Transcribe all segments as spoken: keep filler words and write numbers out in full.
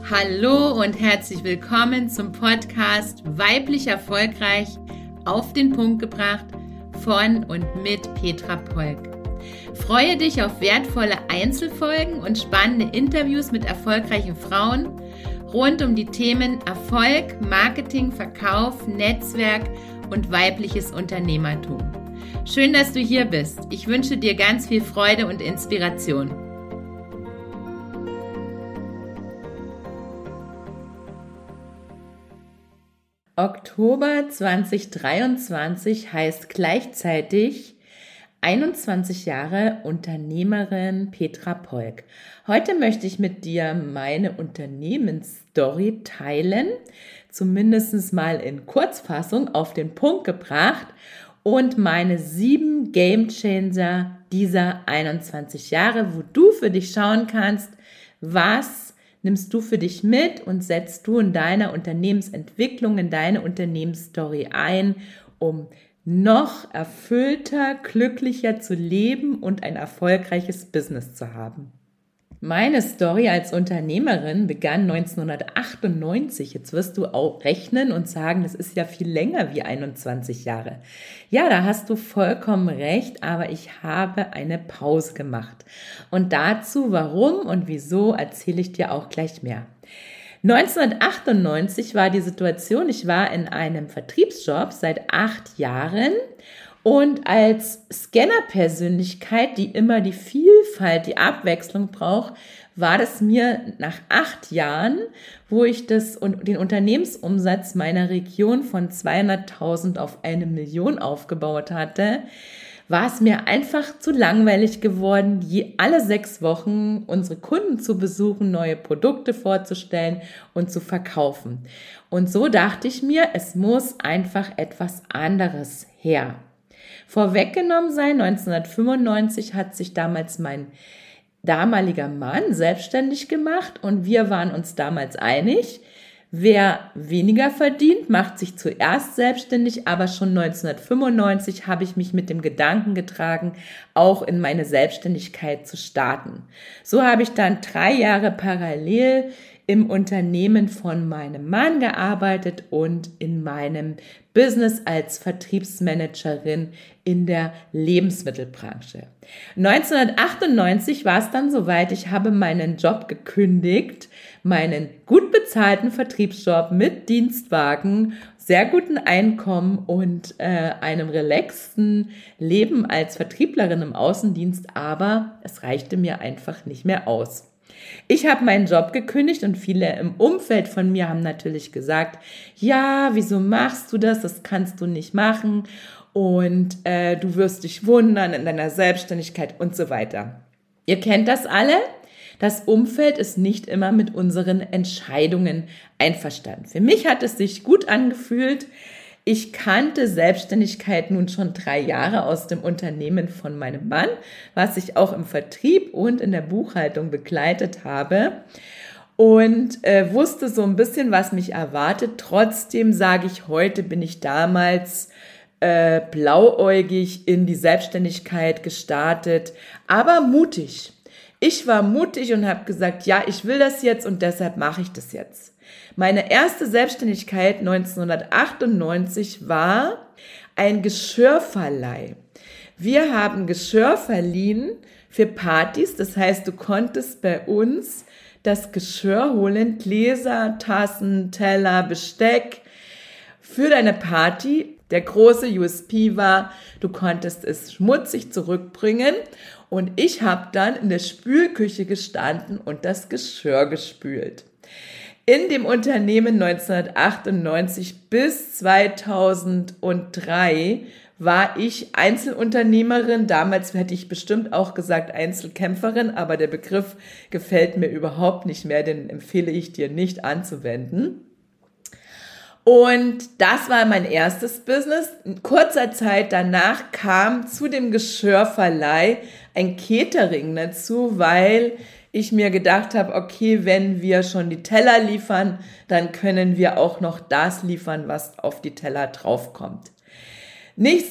Hallo und herzlich willkommen zum Podcast Weiblich Erfolgreich auf den Punkt gebracht von und mit Petra Polk. Freue dich auf wertvolle Einzelfolgen und spannende Interviews mit erfolgreichen Frauen rund um die Themen Erfolg, Marketing, Verkauf, Netzwerk und weibliches Unternehmertum. Schön, dass du hier bist. Ich wünsche dir ganz viel Freude und Inspiration. Oktober zwanzig dreiundzwanzig heißt gleichzeitig einundzwanzig Jahre Unternehmerin Petra Polk. Heute möchte ich mit dir meine Unternehmensstory teilen, zumindest mal in Kurzfassung auf den Punkt gebracht und meine sieben Gamechanger dieser einundzwanzig Jahre, wo du für dich schauen kannst, was nimmst du für dich mit und setzt du in deiner Unternehmensentwicklung, in deine Unternehmensstory ein, um noch erfüllter, glücklicher zu leben und ein erfolgreiches Business zu haben. Meine Story als Unternehmerin begann neunzehnhundertachtundneunzig. Jetzt wirst du auch rechnen und sagen, das ist ja viel länger wie einundzwanzig Jahre. Ja, da hast du vollkommen recht, aber ich habe eine Pause gemacht. Und dazu, warum und wieso, erzähle ich dir auch gleich mehr. neunzehnhundertachtundneunzig war die Situation, ich war in einem Vertriebsjob seit acht Jahren und als Scanner-Persönlichkeit, die immer die Vielfalt, die Abwechslung braucht, war das mir nach acht Jahren, wo ich das und den Unternehmensumsatz meiner Region von zweihunderttausend auf eine Million aufgebaut hatte, war es mir einfach zu langweilig geworden, je alle sechs Wochen unsere Kunden zu besuchen, neue Produkte vorzustellen und zu verkaufen. Und so dachte ich mir, es muss einfach etwas anderes her. Vorweggenommen sein, neunzehnhundertfünfundneunzig hat sich damals mein damaliger Mann selbstständig gemacht und wir waren uns damals einig, wer weniger verdient, macht sich zuerst selbstständig, aber schon neunzehnhundertfünfundneunzig habe ich mich mit dem Gedanken getragen, auch in meine Selbstständigkeit zu starten. So habe ich dann drei Jahre parallel im Unternehmen von meinem Mann gearbeitet und in meinem Business als Vertriebsmanagerin in der Lebensmittelbranche. neunzehnhundertachtundneunzig war es dann soweit, ich habe meinen Job gekündigt, meinen gut bezahlten Vertriebsjob mit Dienstwagen, sehr guten Einkommen und äh, einem relaxten Leben als Vertrieblerin im Außendienst, aber es reichte mir einfach nicht mehr aus. Ich habe meinen Job gekündigt und viele im Umfeld von mir haben natürlich gesagt, ja, wieso machst du das? Das kannst du nicht machen und äh, du wirst dich wundern in deiner Selbstständigkeit und so weiter. Ihr kennt das alle? Das Umfeld ist nicht immer mit unseren Entscheidungen einverstanden. Für mich hat es sich gut angefühlt. Ich kannte Selbstständigkeit nun schon drei Jahre aus dem Unternehmen von meinem Mann, was ich auch im Vertrieb und in der Buchhaltung begleitet habe und äh, wusste so ein bisschen, was mich erwartet. Trotzdem sage ich heute, bin ich damals äh, blauäugig in die Selbstständigkeit gestartet, aber mutig. Ich war mutig und habe gesagt, ja, ich will das jetzt und deshalb mache ich das jetzt. Meine erste Selbstständigkeit neunzehnhundertachtundneunzig war ein Geschirrverleih. Wir haben Geschirr verliehen für Partys, das heißt, du konntest bei uns das Geschirr holen, Gläser, Tassen, Teller, Besteck für deine Party. Der große U S P war, du konntest es schmutzig zurückbringen und ich habe dann in der Spülküche gestanden und das Geschirr gespült. In dem Unternehmen neunzehnhundertachtundneunzig bis zweitausenddrei war ich Einzelunternehmerin. Damals hätte ich bestimmt auch gesagt Einzelkämpferin, aber der Begriff gefällt mir überhaupt nicht mehr, den empfehle ich dir nicht anzuwenden. Und das war mein erstes Business. In kurzer Zeit danach kam zu dem Geschirrverleih ein Catering dazu, weil ich mir gedacht habe, okay, wenn wir schon die Teller liefern, dann können wir auch noch das liefern, was auf die Teller draufkommt.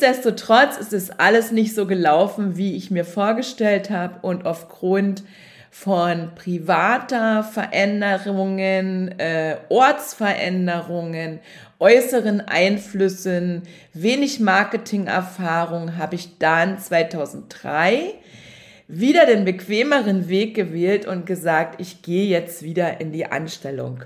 Nichtsdestotrotz ist es alles nicht so gelaufen, wie ich mir vorgestellt habe und aufgrund von privater Veränderungen, äh, Ortsveränderungen, äußeren Einflüssen, wenig Marketingerfahrung, habe ich dann zweitausenddrei wieder den bequemeren Weg gewählt und gesagt, ich gehe jetzt wieder in die Anstellung.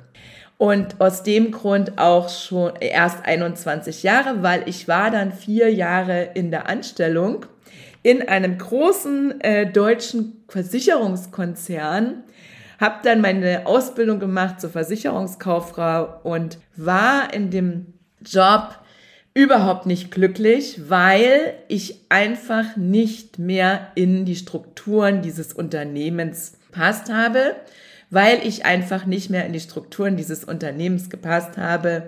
Und aus dem Grund auch schon erst einundzwanzig Jahre, weil ich war dann vier Jahre in der Anstellung in einem großen äh, deutschen Versicherungskonzern, habe dann meine Ausbildung gemacht zur Versicherungskauffrau und war in dem Job überhaupt nicht glücklich, weil ich einfach nicht mehr in die Strukturen dieses Unternehmens gepasst habe, weil ich einfach nicht mehr in die Strukturen dieses Unternehmens gepasst habe.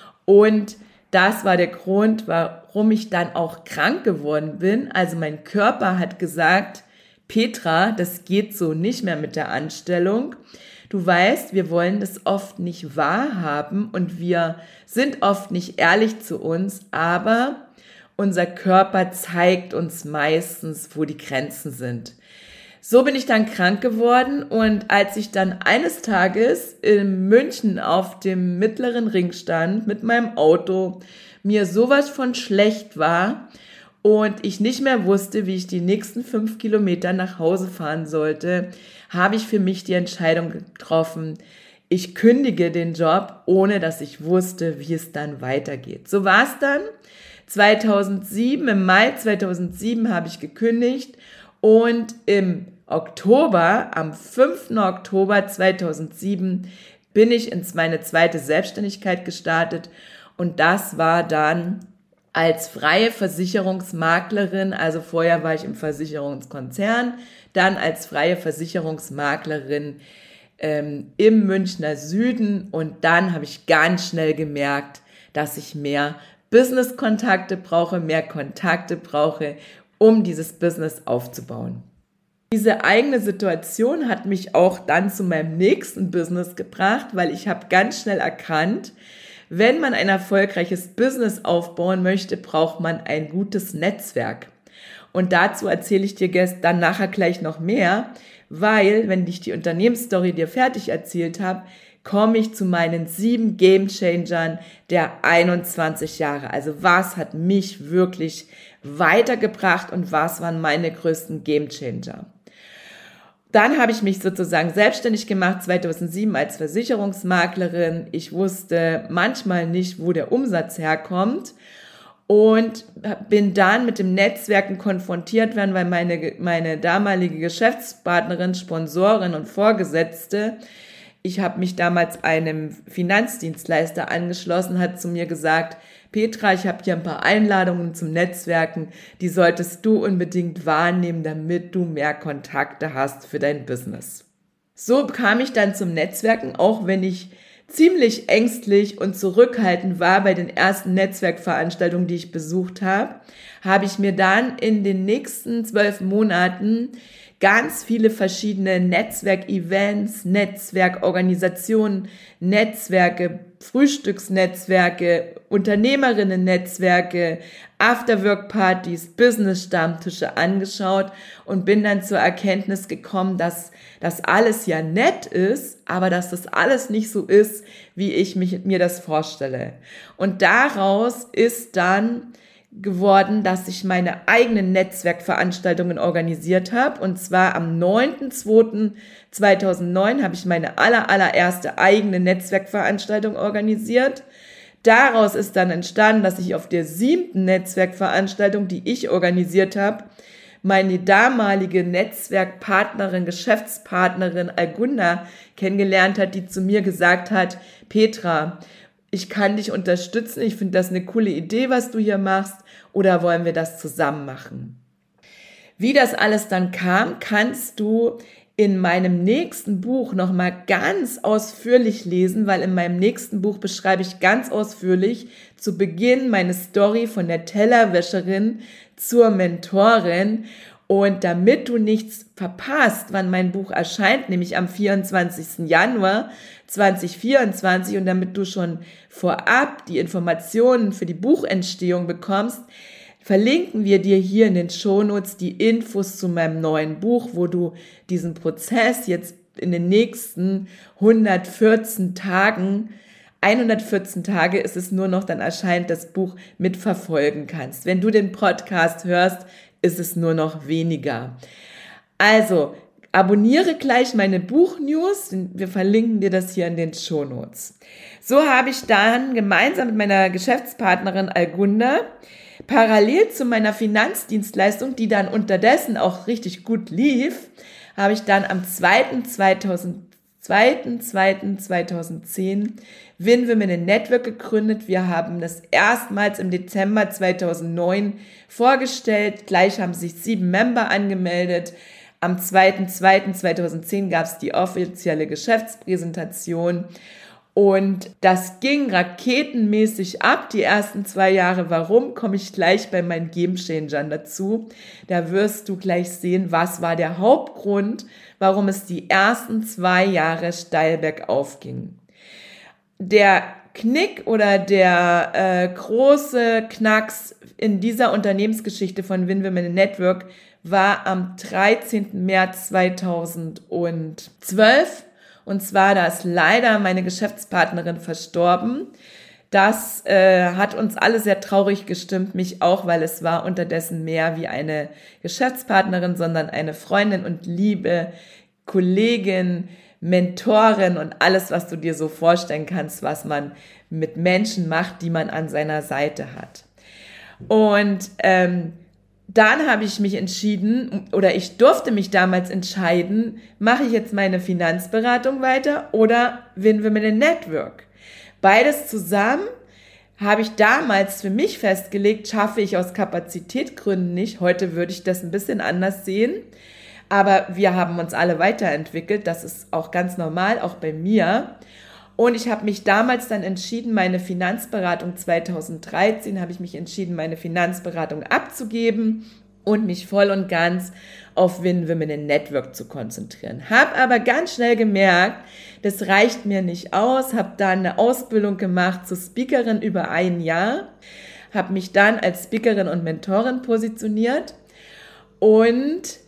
Und das war der Grund, warum ich dann auch krank geworden bin. Also mein Körper hat gesagt, Petra, das geht so nicht mehr mit der Anstellung. Du weißt, wir wollen das oft nicht wahrhaben und wir sind oft nicht ehrlich zu uns, aber unser Körper zeigt uns meistens, wo die Grenzen sind. So bin ich dann krank geworden und als ich dann eines Tages in München auf dem Mittleren Ring stand mit meinem Auto, mir sowas von schlecht war und ich nicht mehr wusste, wie ich die nächsten fünf Kilometer nach Hause fahren sollte, habe ich für mich die Entscheidung getroffen, ich kündige den Job, ohne dass ich wusste, wie es dann weitergeht. So war es dann. zweitausendsieben, im Mai zweitausendsieben habe ich gekündigt. Und im Oktober, am fünften Oktober zweitausendsieben, bin ich in meine zweite Selbstständigkeit gestartet. Und das war dann als freie Versicherungsmaklerin, also vorher war ich im Versicherungskonzern, dann als freie Versicherungsmaklerin ähm, im Münchner Süden. Und dann habe ich ganz schnell gemerkt, dass ich mehr Business-Kontakte brauche, mehr Kontakte brauche, um dieses Business aufzubauen. Diese eigene Situation hat mich auch dann zu meinem nächsten Business gebracht, weil ich habe ganz schnell erkannt, wenn man ein erfolgreiches Business aufbauen möchte, braucht man ein gutes Netzwerk. Und dazu erzähle ich dir dann nachher gleich noch mehr, weil, wenn ich die Unternehmensstory dir fertig erzählt habe, komme ich zu meinen sieben Gamechangern der einundzwanzig Jahre. Also was hat mich wirklich weitergebracht und was waren meine größten Gamechanger? Dann habe ich mich sozusagen selbstständig gemacht, zweitausendsieben als Versicherungsmaklerin. Ich wusste manchmal nicht, wo der Umsatz herkommt und bin dann mit dem Netzwerken konfrontiert worden, weil meine, meine damalige Geschäftspartnerin, Sponsorin und Vorgesetzte, ich habe mich damals einem Finanzdienstleister angeschlossen, hat zu mir gesagt, Petra, ich habe hier ein paar Einladungen zum Netzwerken, die solltest du unbedingt wahrnehmen, damit du mehr Kontakte hast für dein Business. So kam ich dann zum Netzwerken, auch wenn ich ziemlich ängstlich und zurückhaltend war bei den ersten Netzwerkveranstaltungen, die ich besucht habe, habe ich mir dann in den nächsten zwölf Monaten ganz viele verschiedene Netzwerkevents, Netzwerkorganisationen, Netzwerke, Frühstücksnetzwerke, Unternehmerinnen-Netzwerke, Afterwork-Partys, Business-Stammtische angeschaut und bin dann zur Erkenntnis gekommen, dass das alles ja nett ist, aber dass das alles nicht so ist, wie ich mich, mir das vorstelle. Und daraus ist dann geworden, dass ich meine eigenen Netzwerkveranstaltungen organisiert habe. Und zwar am neunten zweiten zweitausendneun habe ich meine aller, allererste eigene Netzwerkveranstaltung organisiert. Daraus ist dann entstanden, dass ich auf der siebten Netzwerkveranstaltung, die ich organisiert habe, meine damalige Netzwerkpartnerin, Geschäftspartnerin Algunda kennengelernt hat, die zu mir gesagt hat, Petra, ich kann dich unterstützen, ich finde das eine coole Idee, was du hier machst, oder wollen wir das zusammen machen? Wie das alles dann kam, kannst du in meinem nächsten Buch nochmal ganz ausführlich lesen, weil in meinem nächsten Buch beschreibe ich ganz ausführlich zu Beginn meine Story von der Tellerwäscherin zur Mentorin. Und damit du nichts verpasst, wann mein Buch erscheint, nämlich am vierundzwanzigsten Januar zweitausendvierundzwanzig, und damit du schon vorab die Informationen für die Buchentstehung bekommst, verlinken wir dir hier in den Shownotes die Infos zu meinem neuen Buch, wo du diesen Prozess jetzt in den nächsten hundertvierzehn Tagen, hundertvierzehn Tage ist es nur noch, dann erscheint das Buch, mitverfolgen kannst. Wenn du den Podcast hörst, ist es nur noch weniger. Also, abonniere gleich meine Buchnews. Wir verlinken dir das hier in den Shownotes. So habe ich dann gemeinsam mit meiner Geschäftspartnerin Algunda parallel zu meiner Finanzdienstleistung, die dann unterdessen auch richtig gut lief, habe ich dann am zweiten zweiten zweitausendzehn Win Women in Network gegründet. Wir haben das erstmals im Dezember zweitausendneun vorgestellt. Gleich haben sich sieben Member angemeldet. Am zweiten zweiten zweitausendzehn gab es die offizielle Geschäftspräsentation. Und das ging raketenmäßig ab, die ersten zwei Jahre. Warum, komme ich gleich bei meinen Game Changern dazu. Da wirst du gleich sehen, was war der Hauptgrund, warum es die ersten zwei Jahre steil bergauf ging. Der Knick oder der äh, große Knacks in dieser Unternehmensgeschichte von Win Women in Network war am dreizehnten März zweitausendzwölf. Und zwar, da ist leider meine Geschäftspartnerin verstorben. Das äh, hat uns alle sehr traurig gestimmt, mich auch, weil es war unterdessen mehr wie eine Geschäftspartnerin, sondern eine Freundin und liebe Kollegin, Mentorin und alles, was du dir so vorstellen kannst, was man mit Menschen macht, die man an seiner Seite hat. Und ähm, dann habe ich mich entschieden, oder ich durfte mich damals entscheiden, mache ich jetzt meine Finanzberatung weiter oder Win Women in Network. Beides zusammen habe ich damals für mich festgelegt, schaffe ich aus Kapazitätsgründen nicht. Heute würde ich das ein bisschen anders sehen, aber wir haben uns alle weiterentwickelt. Das ist auch ganz normal, auch bei mir. Und ich habe mich damals dann entschieden, meine Finanzberatung zweitausenddreizehn habe ich mich entschieden, meine Finanzberatung abzugeben und mich voll und ganz auf Win Women in Network zu konzentrieren. Habe aber ganz schnell gemerkt, das reicht mir nicht aus, habe dann eine Ausbildung gemacht zur Speakerin über ein Jahr, habe mich dann als Speakerin und Mentorin positioniert und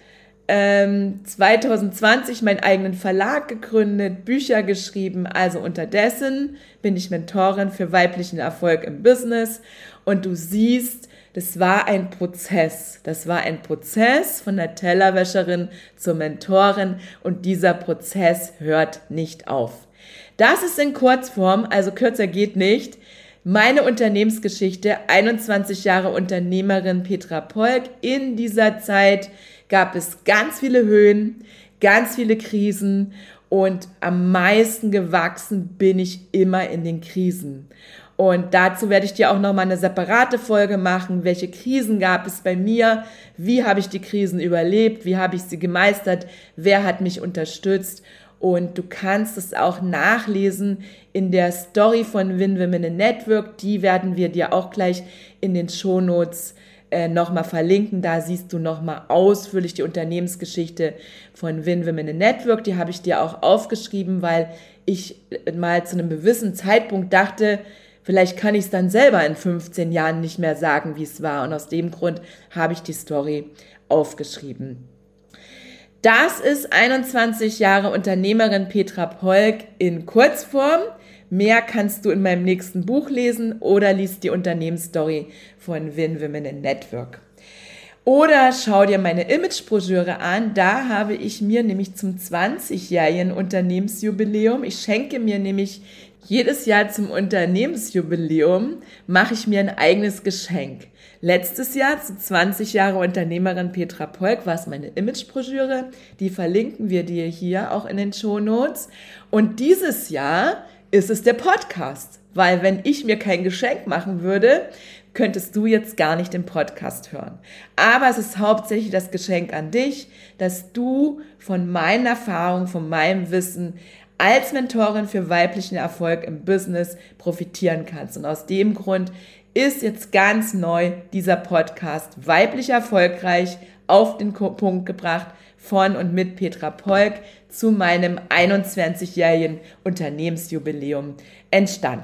zweitausendzwanzig meinen eigenen Verlag gegründet, Bücher geschrieben, also unterdessen bin ich Mentorin für weiblichen Erfolg im Business und du siehst, das war ein Prozess, das war ein Prozess von der Tellerwäscherin zur Mentorin und dieser Prozess hört nicht auf. Das ist in Kurzform, also kürzer geht nicht, meine Unternehmensgeschichte, einundzwanzig Jahre Unternehmerin Petra Polk. In dieser Zeit gab es ganz viele Höhen, ganz viele Krisen und am meisten gewachsen bin ich immer in den Krisen. Und dazu werde ich dir auch nochmal eine separate Folge machen. Welche Krisen gab es bei mir? Wie habe ich die Krisen überlebt? Wie habe ich sie gemeistert? Wer hat mich unterstützt? Und du kannst es auch nachlesen in der Story von Win Women in Network. Die werden wir dir auch gleich in den Shownotes äh, nochmal verlinken. Da siehst du nochmal ausführlich die Unternehmensgeschichte von Win Women in Network. Die habe ich dir auch aufgeschrieben, weil ich mal zu einem gewissen Zeitpunkt dachte, vielleicht kann ich es dann selber in fünfzehn Jahren nicht mehr sagen, wie es war. Und aus dem Grund habe ich die Story aufgeschrieben. Das ist einundzwanzig Jahre Unternehmerin Petra Polk in Kurzform. Mehr kannst du in meinem nächsten Buch lesen oder liest die Unternehmensstory von Win Women in Network. Oder schau dir meine Imagebroschüre an. Da habe ich mir nämlich zum zwanzigjährigen Unternehmensjubiläum, ich schenke mir nämlich jedes Jahr zum Unternehmensjubiläum, mache ich mir ein eigenes Geschenk. Letztes Jahr zu zwanzig Jahre Unternehmerin Petra Polk war es meine Imagebroschüre. Die verlinken wir dir hier auch in den Shownotes. Und dieses Jahr ist es der Podcast. Weil wenn ich mir kein Geschenk machen würde, könntest du jetzt gar nicht den Podcast hören. Aber es ist hauptsächlich das Geschenk an dich, dass du von meinen Erfahrungen, von meinem Wissen als Mentorin für weiblichen Erfolg im Business profitieren kannst. Und aus dem Grund ist jetzt ganz neu dieser Podcast Weiblich Erfolgreich auf den Punkt gebracht von und mit Petra Polk zu meinem einundzwanzigjährigen Unternehmensjubiläum entstanden.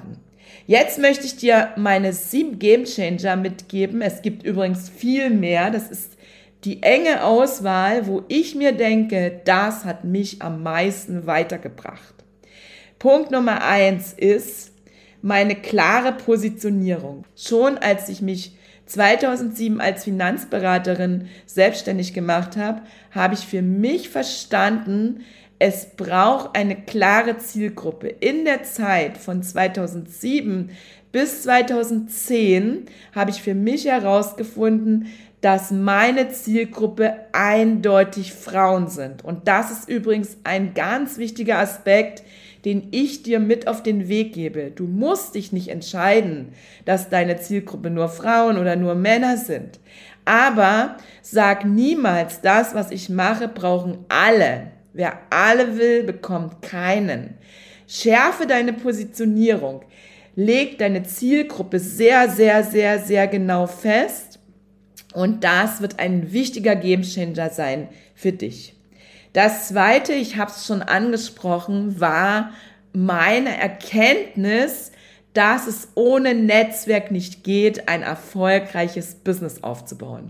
Jetzt möchte ich dir meine sieben Game Changer mitgeben. Es gibt übrigens viel mehr. Das ist die enge Auswahl, wo ich mir denke, das hat mich am meisten weitergebracht. Punkt Nummer eins ist meine klare Positionierung. Schon als ich mich zweitausendsieben als Finanzberaterin selbstständig gemacht habe, habe ich für mich verstanden, es braucht eine klare Zielgruppe. In der Zeit von zweitausendsieben bis zweitausendzehn habe ich für mich herausgefunden, dass meine Zielgruppe eindeutig Frauen sind. Und das ist übrigens ein ganz wichtiger Aspekt, den ich dir mit auf den Weg gebe. Du musst dich nicht entscheiden, dass deine Zielgruppe nur Frauen oder nur Männer sind. Aber sag niemals, das, was ich mache, brauchen alle. Wer alle will, bekommt keinen. Schärfe deine Positionierung. Leg deine Zielgruppe sehr, sehr, sehr, sehr genau fest. Und das wird ein wichtiger Gamechanger sein für dich. Das Zweite, ich habe es schon angesprochen, war meine Erkenntnis, dass es ohne Netzwerk nicht geht, ein erfolgreiches Business aufzubauen.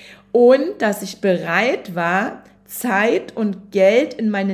Und dass ich bereit war, Zeit und Geld in meine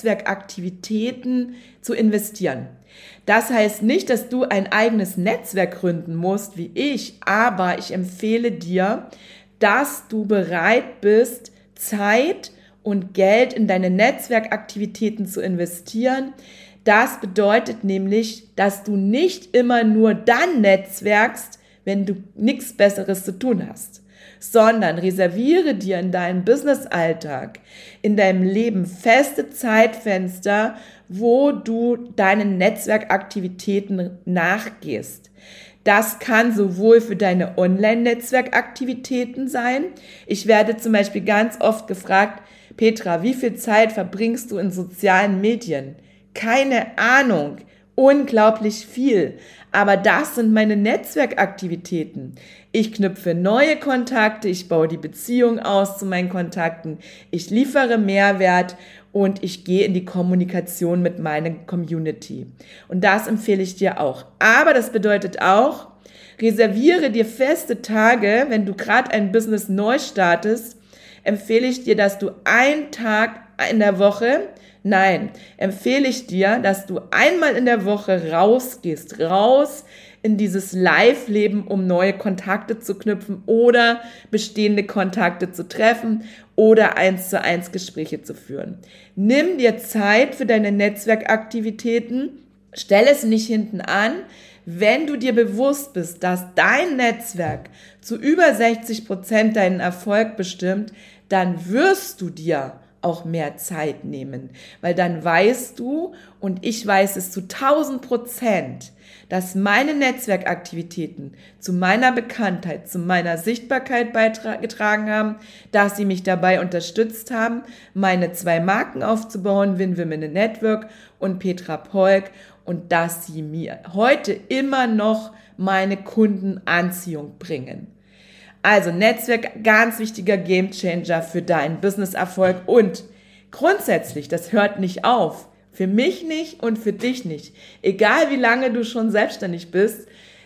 Netzwerkaktivitäten zu investieren. Das heißt nicht, dass du ein eigenes Netzwerk gründen musst, wie ich, aber ich empfehle dir, dass du bereit bist, Zeit und Geld in deine Netzwerkaktivitäten zu investieren. Das bedeutet nämlich, dass du nicht immer nur dann netzwerkst, wenn du nichts Besseres zu tun hast, sondern reserviere dir in deinem Business-Alltag, in deinem Leben feste Zeitfenster, wo du deinen Netzwerkaktivitäten nachgehst. Das kann sowohl für deine Online-Netzwerkaktivitäten sein. Ich werde zum Beispiel ganz oft gefragt, Petra, wie viel Zeit verbringst du in sozialen Medien? Keine Ahnung, unglaublich viel. Aber das sind meine Netzwerkaktivitäten. Ich knüpfe neue Kontakte, ich baue die Beziehung aus zu meinen Kontakten, ich liefere Mehrwert und ich gehe in die Kommunikation mit meiner Community. Und das empfehle ich dir auch. Aber das bedeutet auch, reserviere dir feste Tage, wenn du gerade ein Business neu startest, empfehle ich dir, dass du einen Tag in der Woche, nein, empfehle ich dir, dass du einmal in der Woche rausgehst, raus in dieses Live-Leben, um neue Kontakte zu knüpfen oder bestehende Kontakte zu treffen oder eins zu eins Gespräche zu führen. Nimm dir Zeit für deine Netzwerkaktivitäten, stell es nicht hinten an. Wenn du dir bewusst bist, dass dein Netzwerk zu über sechzig Prozent deinen Erfolg bestimmt, dann wirst du dir auch mehr Zeit nehmen, weil dann weißt du, und ich weiß es zu tausend Prozent, dass meine Netzwerkaktivitäten zu meiner Bekanntheit, zu meiner Sichtbarkeit beigetragen haben, dass sie mich dabei unterstützt haben, meine zwei Marken aufzubauen, Win Women Network und Petra Polk, und dass sie mir heute immer noch meine Kundenanziehung bringen. Also Netzwerk, ganz wichtiger Gamechanger für deinen Businesserfolg und grundsätzlich, das hört nicht auf. Für mich nicht und für dich nicht. Egal wie lange du schon selbstständig bist,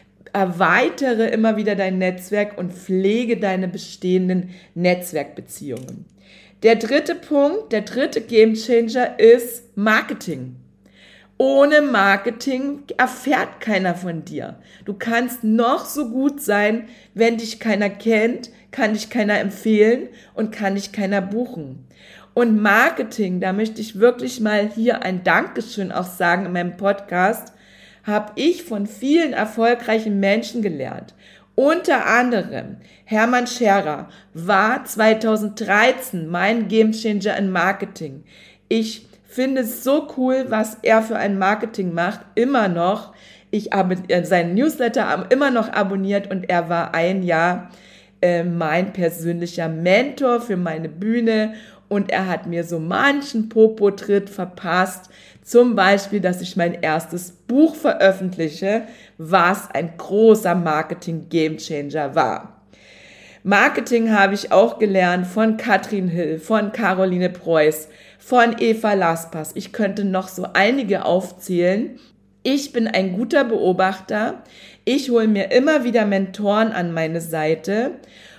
erweitere immer wieder dein Netzwerk und pflege deine bestehenden Netzwerkbeziehungen. Der dritte Punkt, der dritte Gamechanger ist Marketing. Ohne Marketing erfährt keiner von dir. Du kannst noch so gut sein, wenn dich keiner kennt, kann dich keiner empfehlen und kann dich keiner buchen. Und Marketing, da möchte ich wirklich mal hier ein Dankeschön auch sagen in meinem Podcast, habe ich von vielen erfolgreichen Menschen gelernt. Unter anderem Hermann Scherer war zweitausenddreizehn mein Gamechanger in Marketing. Ich finde es so cool, was er für ein Marketing macht, immer noch. Ich habe seinen Newsletter immer noch abonniert und er war ein Jahr äh, mein persönlicher Mentor für meine Bühne und er hat mir so manchen Popo-Tritt verpasst. Zum Beispiel, dass ich mein erstes Buch veröffentliche, was ein großer Marketing-Gamechanger war. Marketing habe ich auch gelernt von Katrin Hill, von Caroline Preuß, von Eva Laspers. Ich könnte noch so einige aufzählen. Ich bin ein guter Beobachter. Ich hole mir immer wieder Mentoren an meine Seite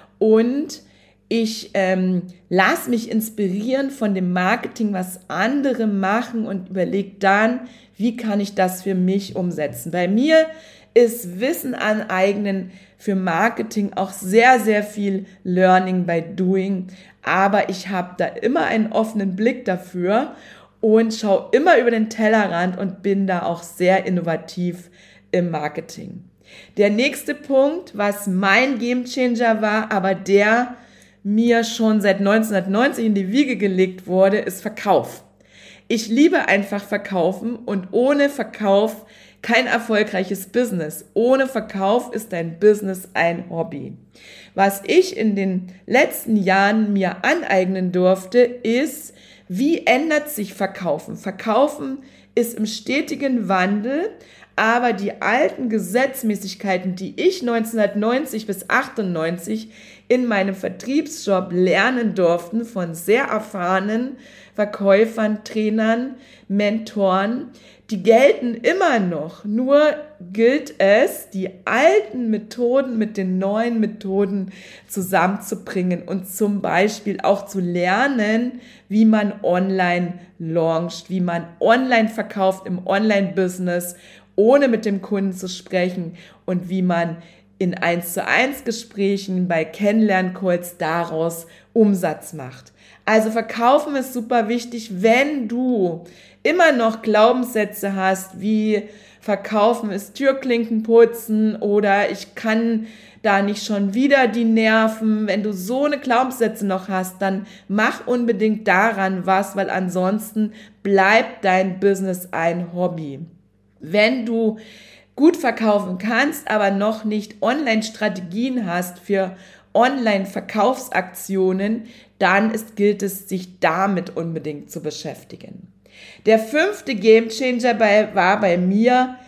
und ich ähm, lasse mich inspirieren von dem Marketing, was andere machen und überlege dann, wie kann ich das für mich umsetzen. Bei mir ist Wissen aneignen für Marketing auch sehr, sehr viel Learning by Doing. Aber ich habe da immer einen offenen Blick dafür und schaue immer über den Tellerrand und bin da auch sehr innovativ im Marketing. Der nächste Punkt, was mein Gamechanger war, aber der mir schon seit neunzehnhundertneunzig in die Wiege gelegt wurde, ist Verkauf. Ich liebe einfach Verkaufen und ohne Verkauf kein erfolgreiches Business. Ohne Verkauf ist dein Business ein Hobby. Was ich in den letzten Jahren mir aneignen durfte, ist, wie ändert sich Verkaufen? Verkaufen ist im stetigen Wandel, aber die alten Gesetzmäßigkeiten, die ich neunzehnhundertneunzig bis achtundneunzig in meinem Vertriebsjob lernen durfte von sehr erfahrenen Verkäufern, Trainern, Mentoren, die gelten immer noch. Nur gilt es, die alten Methoden mit den neuen Methoden zusammenzubringen und zum Beispiel auch zu lernen, wie man online launcht, wie man online verkauft im Online-Business, ohne mit dem Kunden zu sprechen und wie man in eins zu eins Gesprächen bei Kennenlern-Calls daraus Umsatz macht. Also Verkaufen ist super wichtig, wenn du immer noch Glaubenssätze hast, wie Verkaufen ist Türklinken putzen oder ich kann da nicht schon wieder die Nerven. Wenn du so eine Glaubenssätze noch hast, dann mach unbedingt daran was, weil ansonsten bleibt dein Business ein Hobby. Wenn du gut verkaufen kannst, aber noch nicht Online-Strategien hast für Online-Verkaufsaktionen, dann ist, gilt es, sich damit unbedingt zu beschäftigen. Der fünfte Gamechanger bei, war bei mir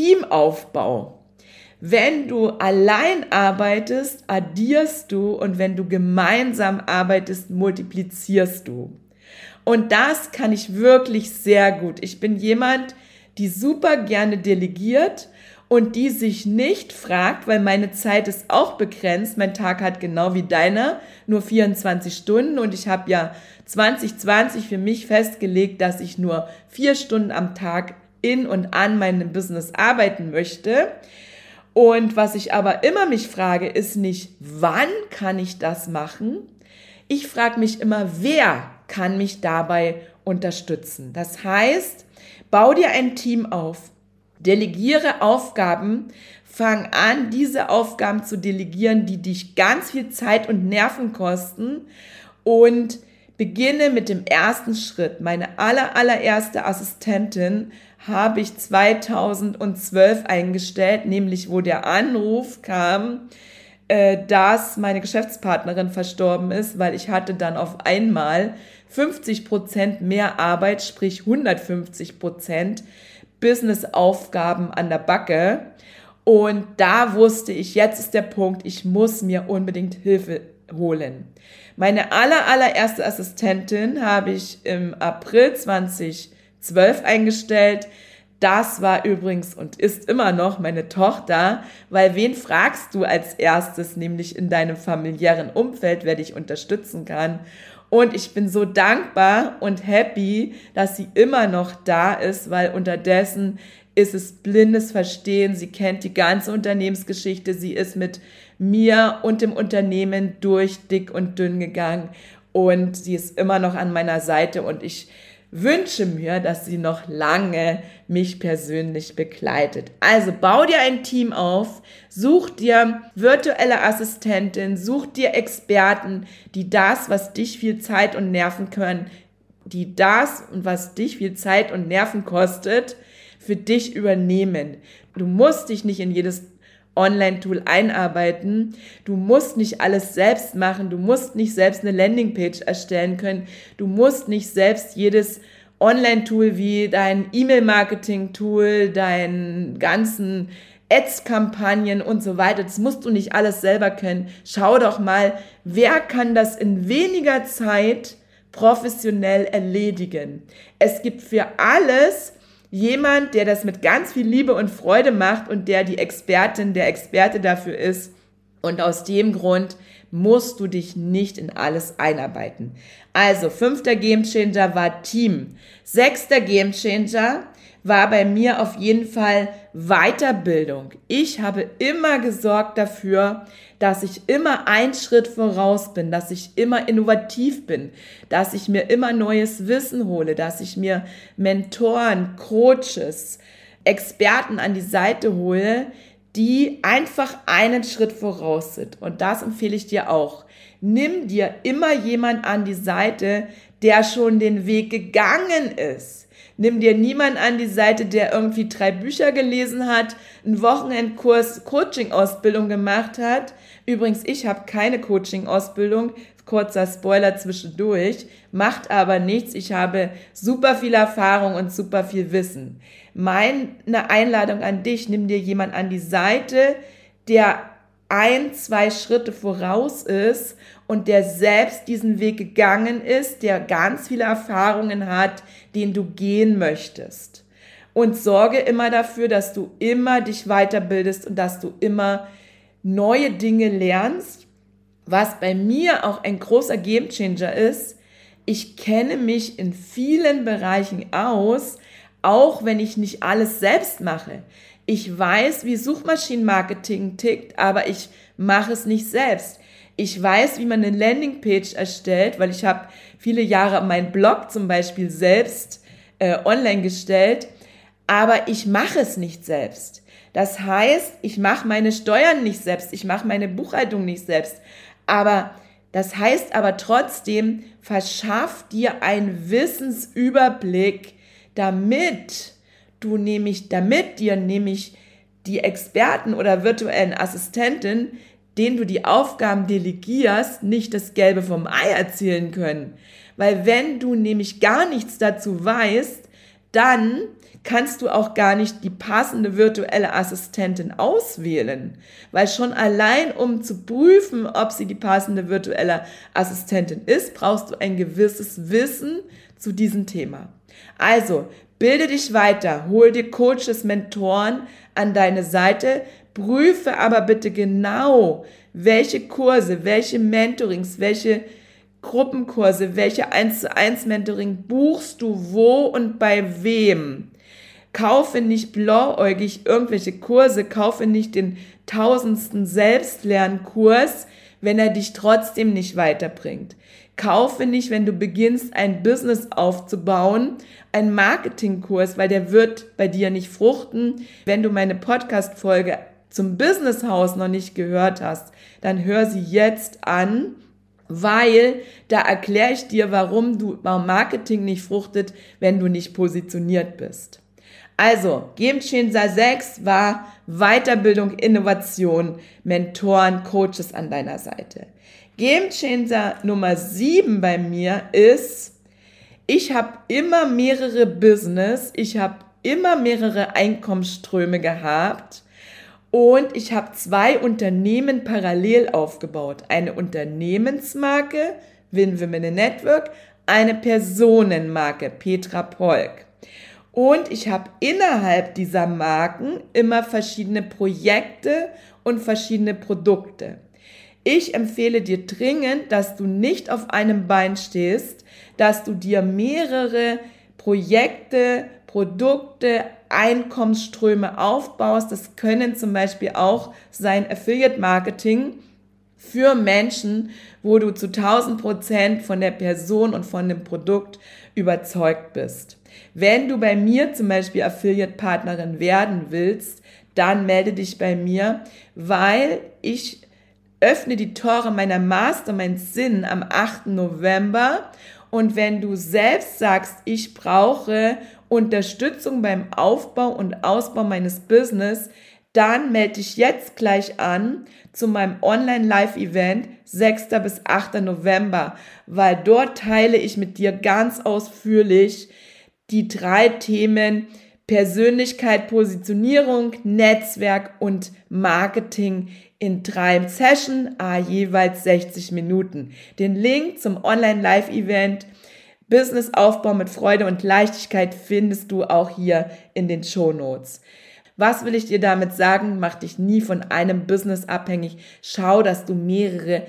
Teamaufbau. Wenn du allein arbeitest, addierst du und wenn du gemeinsam arbeitest, multiplizierst du. Und das kann ich wirklich sehr gut. Ich bin jemand, die super gerne delegiert und die sich nicht fragt, weil meine Zeit ist auch begrenzt. Mein Tag hat genau wie deiner nur vierundzwanzig Stunden und ich habe ja zwanzig zwanzig für mich festgelegt, dass ich nur vier Stunden am Tag in und an meinem Business arbeiten möchte. Und was ich aber immer mich frage, ist nicht, wann kann ich das machen? Ich frage mich immer, wer kann mich dabei unterstützen? Das heißt, bau dir ein Team auf, delegiere Aufgaben, fang an, diese Aufgaben zu delegieren, die dich ganz viel Zeit und Nerven kosten und beginne mit dem ersten Schritt. Meine aller, allererste Assistentin habe ich zweitausendzwölf eingestellt, nämlich wo der Anruf kam, äh, dass meine Geschäftspartnerin verstorben ist, weil ich hatte dann auf einmal fünfzig Prozent mehr Arbeit, sprich hundertfünfzig Prozent Businessaufgaben an der Backe. Und da wusste ich, jetzt ist der Punkt, ich muss mir unbedingt Hilfe holen. Meine aller, allererste Assistentin habe ich im April zweitausendzwölf eingestellt. Das war übrigens und ist immer noch meine Tochter, weil wen fragst du als erstes, nämlich in deinem familiären Umfeld, wer dich unterstützen kann? Und ich bin so dankbar und happy, dass sie immer noch da ist, weil unterdessen ist es blindes Verstehen. Sie kennt die ganze Unternehmensgeschichte. Sie ist mit mir und dem Unternehmen durch dick und dünn gegangen und sie ist immer noch an meiner Seite und ich wünsche mir, dass sie noch lange mich persönlich begleitet. Also bau dir ein Team auf, such dir virtuelle Assistentin, such dir Experten, die das, was dich viel Zeit und Nerven können, die das und was dich viel Zeit und Nerven kostet, für dich übernehmen. Du musst dich nicht in jedes Online-Tool einarbeiten. Du musst nicht alles selbst machen. Du musst nicht selbst eine Landingpage erstellen können. Du musst nicht selbst jedes Online-Tool wie dein E-Mail-Marketing-Tool, deinen ganzen Ads-Kampagnen und so weiter. Das musst du nicht alles selber können. Schau doch mal, wer kann das in weniger Zeit professionell erledigen. Es gibt für alles jemand, der das mit ganz viel Liebe und Freude macht und der die Expertin, der Experte dafür ist. Und aus dem Grund musst du dich nicht in alles einarbeiten. Also, fünfter Gamechanger war Team. Sechster Gamechanger war bei mir auf jeden Fall Weiterbildung. Ich habe immer gesorgt dafür, dass ich immer einen Schritt voraus bin, dass ich immer innovativ bin, dass ich mir immer neues Wissen hole, dass ich mir Mentoren, Coaches, Experten an die Seite hole, die einfach einen Schritt voraus sind. Und das empfehle ich dir auch. Nimm dir immer jemand an die Seite, der schon den Weg gegangen ist. Nimm dir niemand an die Seite, der irgendwie drei Bücher gelesen hat, einen Wochenendkurs Coaching-Ausbildung gemacht hat. Übrigens, ich habe keine Coaching-Ausbildung, kurzer Spoiler zwischendurch, macht aber nichts. Ich habe super viel Erfahrung und super viel Wissen. Meine Einladung an dich, nimm dir jemand an die Seite, der ein, zwei Schritte voraus ist und der selbst diesen Weg gegangen ist, der ganz viele Erfahrungen hat, den du gehen möchtest. Und sorge immer dafür, dass du immer dich weiterbildest und dass du immer neue Dinge lernst. Was bei mir auch ein großer Gamechanger ist, ich kenne mich in vielen Bereichen aus, auch wenn ich nicht alles selbst mache. Ich weiß, wie Suchmaschinenmarketing tickt, aber ich mache es nicht selbst. Ich weiß, wie man eine Landingpage erstellt, weil ich habe viele Jahre meinen Blog zum Beispiel selbst äh, online gestellt, aber ich mache es nicht selbst. Das heißt, ich mache meine Steuern nicht selbst, ich mache meine Buchhaltung nicht selbst. Aber das heißt aber trotzdem, verschaff dir einen Wissensüberblick, damit du nämlich, damit dir nämlich die Experten oder virtuellen Assistenten, denen du die Aufgaben delegierst, nicht das Gelbe vom Ei erzählen können. Weil wenn du nämlich gar nichts dazu weißt, dann kannst du auch gar nicht die passende virtuelle Assistentin auswählen. Weil schon allein, um zu prüfen, ob sie die passende virtuelle Assistentin ist, brauchst du ein gewisses Wissen zu diesem Thema. Also, bilde dich weiter, hol dir Coaches, Mentoren an deine Seite, prüfe aber bitte genau, welche Kurse, welche Mentorings, welche Gruppenkurse, welche eins zu eins Mentoring buchst du wo und bei wem. Kaufe nicht blauäugig irgendwelche Kurse, kaufe nicht den tausendsten Selbstlernkurs, wenn er dich trotzdem nicht weiterbringt. Kaufe nicht, wenn du beginnst, ein Business aufzubauen, einen Marketingkurs, weil der wird bei dir nicht fruchten. Wenn du meine Podcast-Folge zum Business House noch nicht gehört hast, dann hör sie jetzt an, weil da erkläre ich dir, warum du warum Marketing nicht fruchtet, wenn du nicht positioniert bist. Also, Gamechanger sechs war Weiterbildung, Innovation, Mentoren, Coaches an deiner Seite. Gamechanger Nummer sieben bei mir ist, ich habe immer mehrere Business, ich habe immer mehrere Einkommensströme gehabt und ich habe zwei Unternehmen parallel aufgebaut. Eine Unternehmensmarke, Win Women Network, eine Personenmarke, Petra Polk. Und ich habe innerhalb dieser Marken immer verschiedene Projekte und verschiedene Produkte. Ich empfehle dir dringend, dass du nicht auf einem Bein stehst, dass du dir mehrere Projekte, Produkte, Einkommensströme aufbaust. Das können zum Beispiel auch sein Affiliate Marketing für Menschen, wo du zu tausend Prozent von der Person und von dem Produkt überzeugt bist. Wenn du bei mir zum Beispiel Affiliate-Partnerin werden willst, dann melde dich bei mir, weil ich öffne die Tore meiner Mastermind Sinn am achten November. Und wenn du selbst sagst, ich brauche Unterstützung beim Aufbau und Ausbau meines Business, dann melde dich jetzt gleich an zu meinem Online-Live-Event sechster bis achter November, weil dort teile ich mit dir ganz ausführlich die drei Themen Persönlichkeit, Positionierung, Netzwerk und Marketing in drei Sessions, ah, jeweils sechzig Minuten. Den Link zum Online-Live-Event Businessaufbau mit Freude und Leichtigkeit findest du auch hier in den Shownotes. Was will ich dir damit sagen? Mach dich nie von einem Business abhängig. Schau, dass du mehrere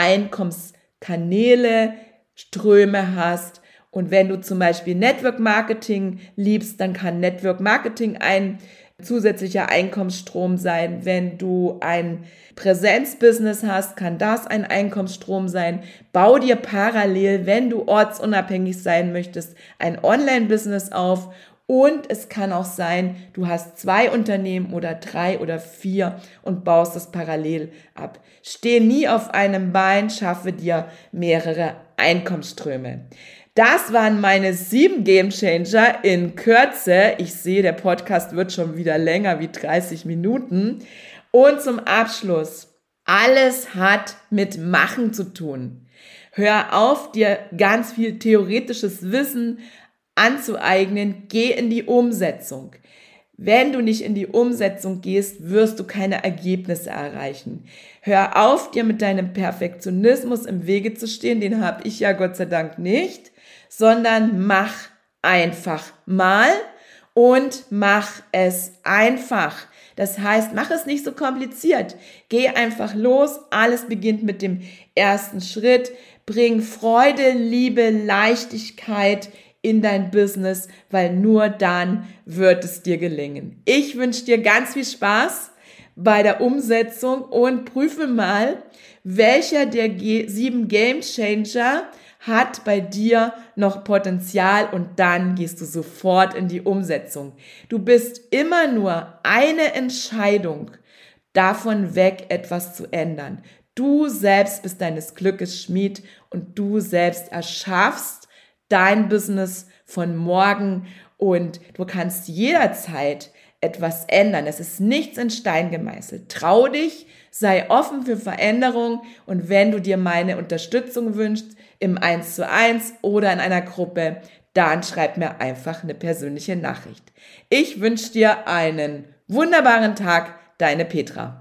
Einkommenskanäle, Ströme hast. Und wenn du zum Beispiel Network Marketing liebst, dann kann Network Marketing ein zusätzlicher Einkommensstrom sein. Wenn du ein Präsenzbusiness hast, kann das ein Einkommensstrom sein. Bau dir parallel, wenn du ortsunabhängig sein möchtest, ein Online-Business auf. Und es kann auch sein, du hast zwei Unternehmen oder drei oder vier und baust das parallel ab. Steh nie auf einem Bein, schaffe dir mehrere Einkommensströme. Das waren meine sieben Game Changer in Kürze. Ich sehe, der Podcast wird schon wieder länger wie dreißig Minuten. Und zum Abschluss, alles hat mit Machen zu tun. Hör auf, dir ganz viel theoretisches Wissen anzueignen, geh in die Umsetzung. Wenn du nicht in die Umsetzung gehst, wirst du keine Ergebnisse erreichen. Hör auf, dir mit deinem Perfektionismus im Wege zu stehen, den habe ich ja Gott sei Dank nicht, sondern mach einfach mal und mach es einfach. Das heißt, mach es nicht so kompliziert. Geh einfach los, alles beginnt mit dem ersten Schritt. Bring Freude, Liebe, Leichtigkeit in dein Business, weil nur dann wird es dir gelingen. Ich wünsche dir ganz viel Spaß bei der Umsetzung und prüfe mal, welcher der G- sieben Game Changer hat bei dir noch Potenzial und dann gehst du sofort in die Umsetzung. Du bist immer nur eine Entscheidung davon weg, etwas zu ändern. Du selbst bist deines Glückes Schmied und du selbst erschaffst dein Business von morgen und du kannst jederzeit etwas ändern. Es ist nichts in Stein gemeißelt. Trau dich, sei offen für Veränderung und wenn du dir meine Unterstützung wünschst, im eins zu eins oder in einer Gruppe, dann schreib mir einfach eine persönliche Nachricht. Ich wünsche dir einen wunderbaren Tag, deine Petra.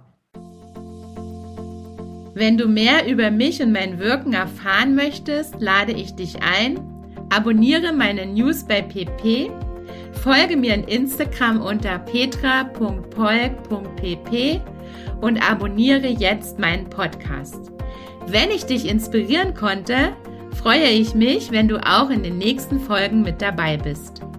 Wenn du mehr über mich und mein Wirken erfahren möchtest, lade ich dich ein. Abonniere meine News bei P P, folge mir in Instagram unter petra punkt polk punkt p p und abonniere jetzt meinen Podcast. Wenn ich dich inspirieren konnte, freue ich mich, wenn du auch in den nächsten Folgen mit dabei bist.